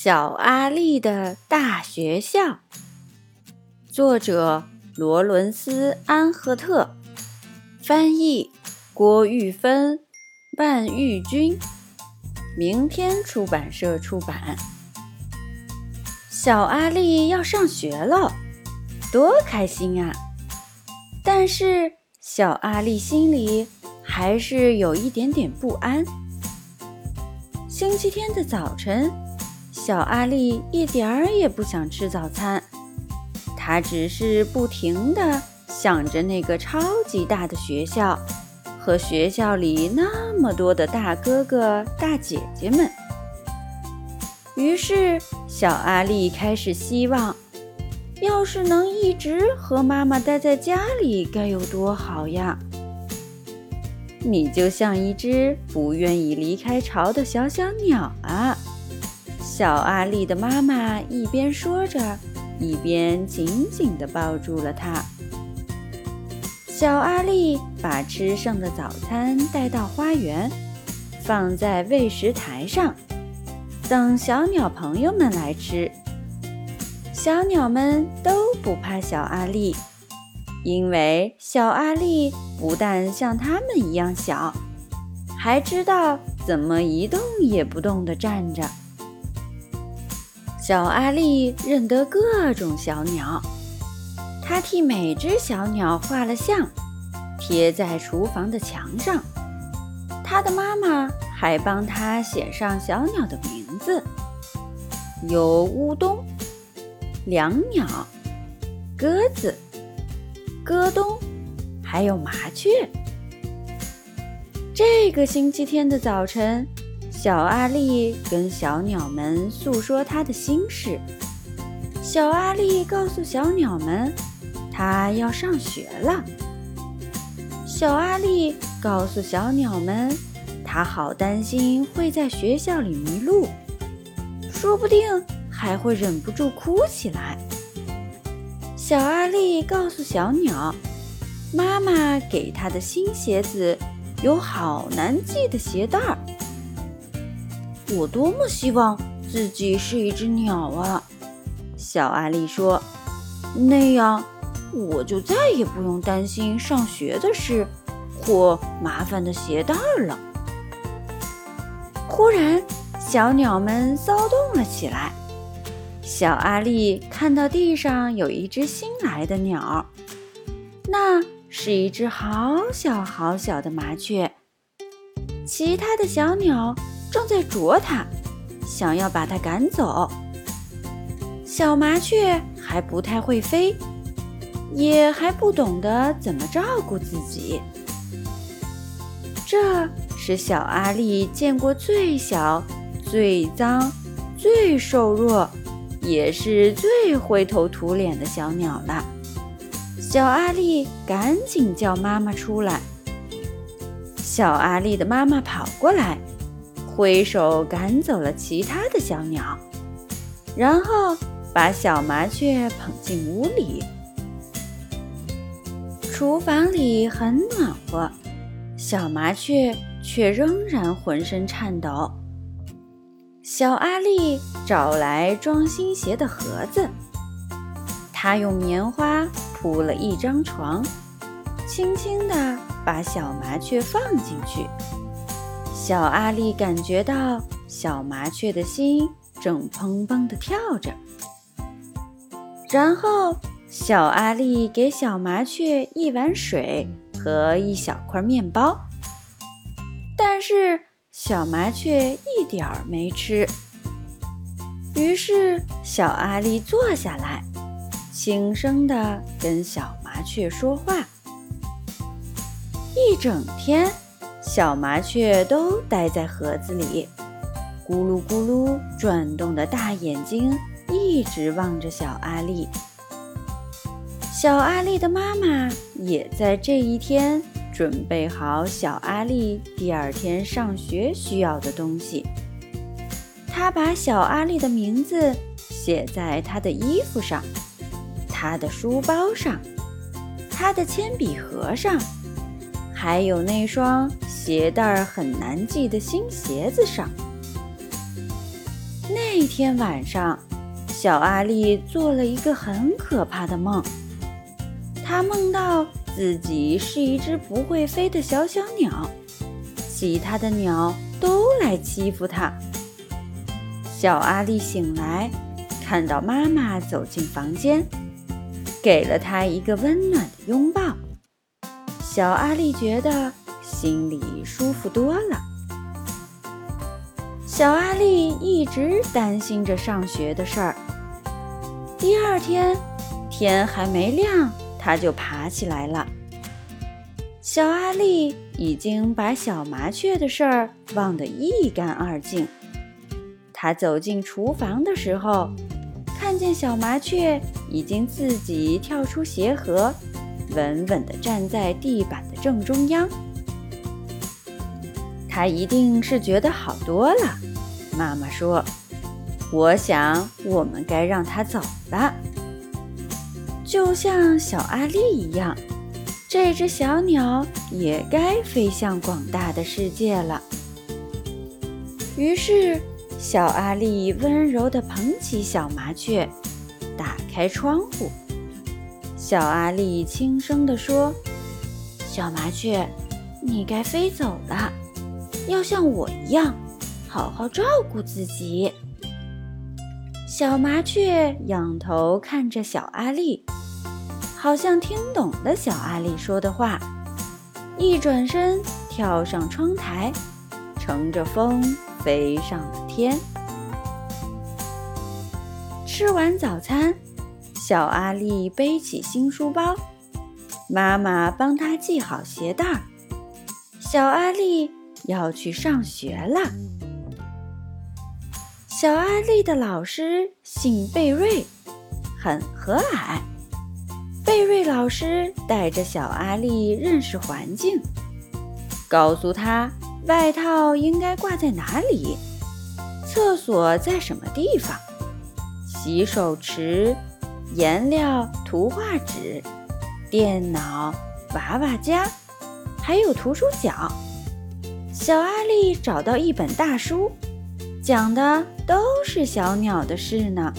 小阿力的大学校，作者罗伦斯·安赫特，翻译郭玉芬、万玉君，明天出版社出版。小阿力要上学了，多开心啊！但是小阿力心里还是有一点点不安。星期天的早晨，小阿力一点儿也不想吃早餐，他只是不停地想着那个超级大的学校和学校里那么多的大哥哥大姐姐们。于是小阿力开始希望，要是能一直和妈妈待在家里该有多好呀。你就像一只不愿意离开巢的小鸟啊！小阿力的妈妈一边说着，一边紧紧地抱住了她。小阿力把吃剩的早餐带到花园，放在喂食台上，等小鸟朋友们来吃。小鸟们都不怕小阿力，因为小阿力不但像它们一样小，还知道怎么一动也不动地站着。小阿力认得各种小鸟，他替每只小鸟画了像，贴在厨房的墙上。他的妈妈还帮他写上小鸟的名字，有乌冬、椋鸟、鸽子、戈冬，还有麻雀。这个星期天的早晨，小阿力跟小鸟们诉说他的心事。小阿力告诉小鸟们，他要上学了。小阿力告诉小鸟们，他好担心会在学校里迷路，说不定还会忍不住哭起来。小阿力告诉小鸟，妈妈给他的新鞋子有好难系的鞋带儿。我多么希望自己是一只鸟啊！小阿力说，那样我就再也不用担心上学的事或麻烦的鞋带了。忽然，小鸟们骚动了起来。小阿力看到地上有一只新来的鸟，那是一只好小好小的麻雀，其他的小鸟正在啄它，想要把它赶走。小麻雀还不太会飞，也还不懂得怎么照顾自己。这是小阿力见过最小、最脏、最瘦弱，也是最灰头土脸的小鸟了。小阿力赶紧叫妈妈出来。小阿力的妈妈跑过来，挥手赶走了其他的小鸟，然后把小麻雀捧进屋里。厨房里很暖和，小麻雀却仍然浑身颤抖。小阿力找来装新鞋的盒子，他用棉花铺了一张床，轻轻地把小麻雀放进去。小阿力感觉到小麻雀的心正砰砰地跳着。然后小阿力给小麻雀一碗水和一小块面包，但是小麻雀一点儿没吃。于是小阿力坐下来，轻声地跟小麻雀说话。一整天，小麻雀都待在盒子里，咕噜咕噜转动的大眼睛一直望着小阿力。小阿力的妈妈也在这一天准备好小阿力第二天上学需要的东西。她把小阿力的名字写在他的衣服上，他的书包上，他的铅笔盒上，还有那双鞋带很难系的新鞋子上。那天晚上，小阿力做了一个很可怕的梦。她梦到自己是一只不会飞的小鸟，其他的鸟都来欺负她。小阿力醒来，看到妈妈走进房间，给了她一个温暖的拥抱。小阿力觉得心里舒服多了。小阿力一直担心着上学的事儿。第二天，天还没亮，他就爬起来了。小阿力已经把小麻雀的事儿忘得一干二净。他走进厨房的时候，看见小麻雀已经自己跳出鞋盒，稳稳地站在地板的正中央。他一定是觉得好多了，妈妈说，我想我们该让他走了。就像小阿力一样，这只小鸟也该飞向广大的世界了。于是小阿力温柔地捧起小麻雀，打开窗户。小阿力轻声地说，小麻雀，你该飞走了，要像我一样好好照顾自己。小麻雀仰头看着小阿力，好像听懂了小阿力说的话，一转身跳上窗台，乘着风飞上了天。吃完早餐，小阿力背起新书包，妈妈帮她系好鞋带，小阿力要去上学了。小阿力的老师姓贝瑞，很和蔼。贝瑞老师带着小阿力认识环境，告诉他外套应该挂在哪里，厕所在什么地方，洗手池、颜料、图画纸、电脑、娃娃家，还有图书角。小阿力找到一本大书，讲的都是小鸟的事呢。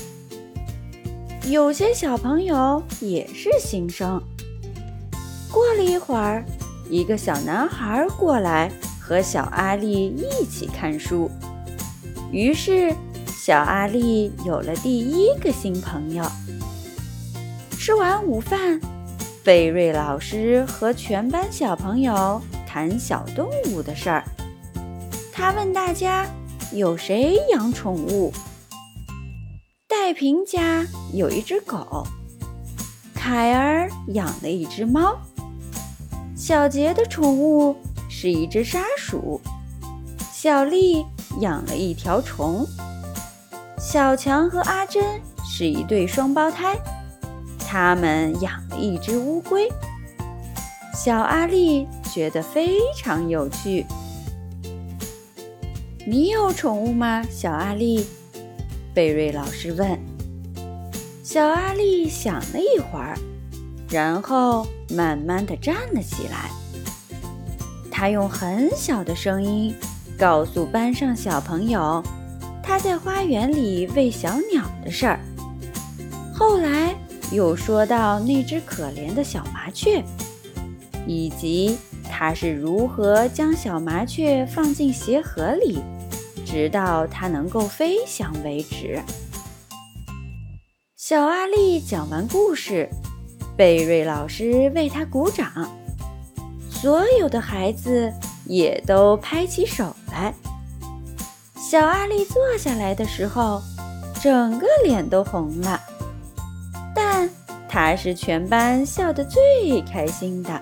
有些小朋友也是新生。过了一会儿，一个小男孩过来和小阿力一起看书，于是小阿力有了第一个新朋友。吃完午饭，贝瑞老师和全班小朋友谈小动物的事儿。他问大家有谁养宠物？戴平家有一只狗，凯儿养了一只猫，小杰的宠物是一只沙鼠，小丽养了一条虫，小强和阿珍是一对双胞胎，他们养了一只乌龟。小阿力觉得非常有趣。你有宠物吗，小阿力？贝瑞老师问。小阿力想了一会儿，然后慢慢地站了起来。他用很小的声音告诉班上小朋友他在花园里喂小鸟的事儿。后来又说到那只可怜的小麻雀，以及他是如何将小麻雀放进鞋盒里，直到它能够飞翔为止。小阿力讲完故事，贝瑞老师为他鼓掌，所有的孩子也都拍起手来。小阿力坐下来的时候，整个脸都红了，但他是全班笑得最开心的。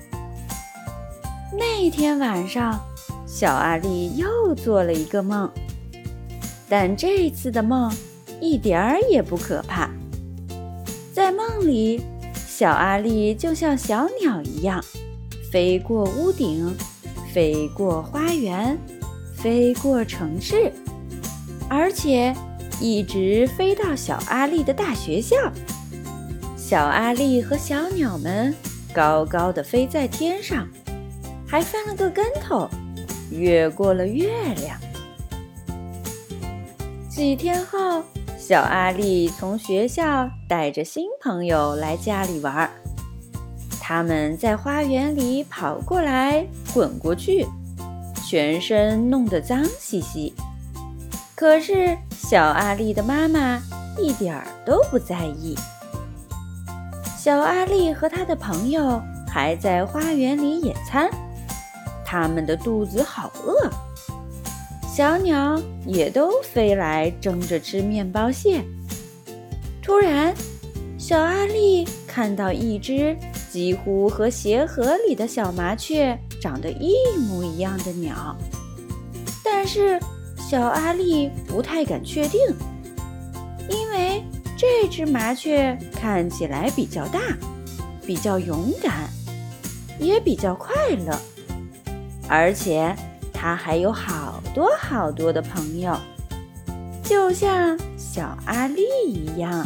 那天晚上，小阿力又做了一个梦，但这次的梦一点儿也不可怕。在梦里，小阿力就像小鸟一样，飞过屋顶，飞过花园，飞过城市，而且一直飞到小阿力的大学校。小阿力和小鸟们高高地飞在天上，还翻了个跟头，越过了月亮。 几天后，小阿力从学校带着新朋友来家里玩。他们在花园里跑过来滚过去，全身弄得脏兮兮。可是小阿力的妈妈一点儿都不在意。小阿力和他的朋友还在花园里野餐，他们的肚子好饿。小鸟也都飞来争着吃面包屑。突然，小阿力看到一只几乎和鞋盒里的小麻雀长得一模一样的鸟，但是小阿力不太敢确定，因为这只麻雀看起来比较大，比较勇敢，也比较快乐，而且它还有好多好多的朋友，就像小阿力一样。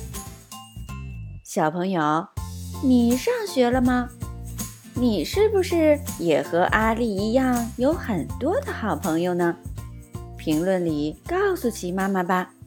小朋友，你上学了吗？你是不是也和阿力一样有很多的好朋友呢？评论里告诉奇妈妈吧。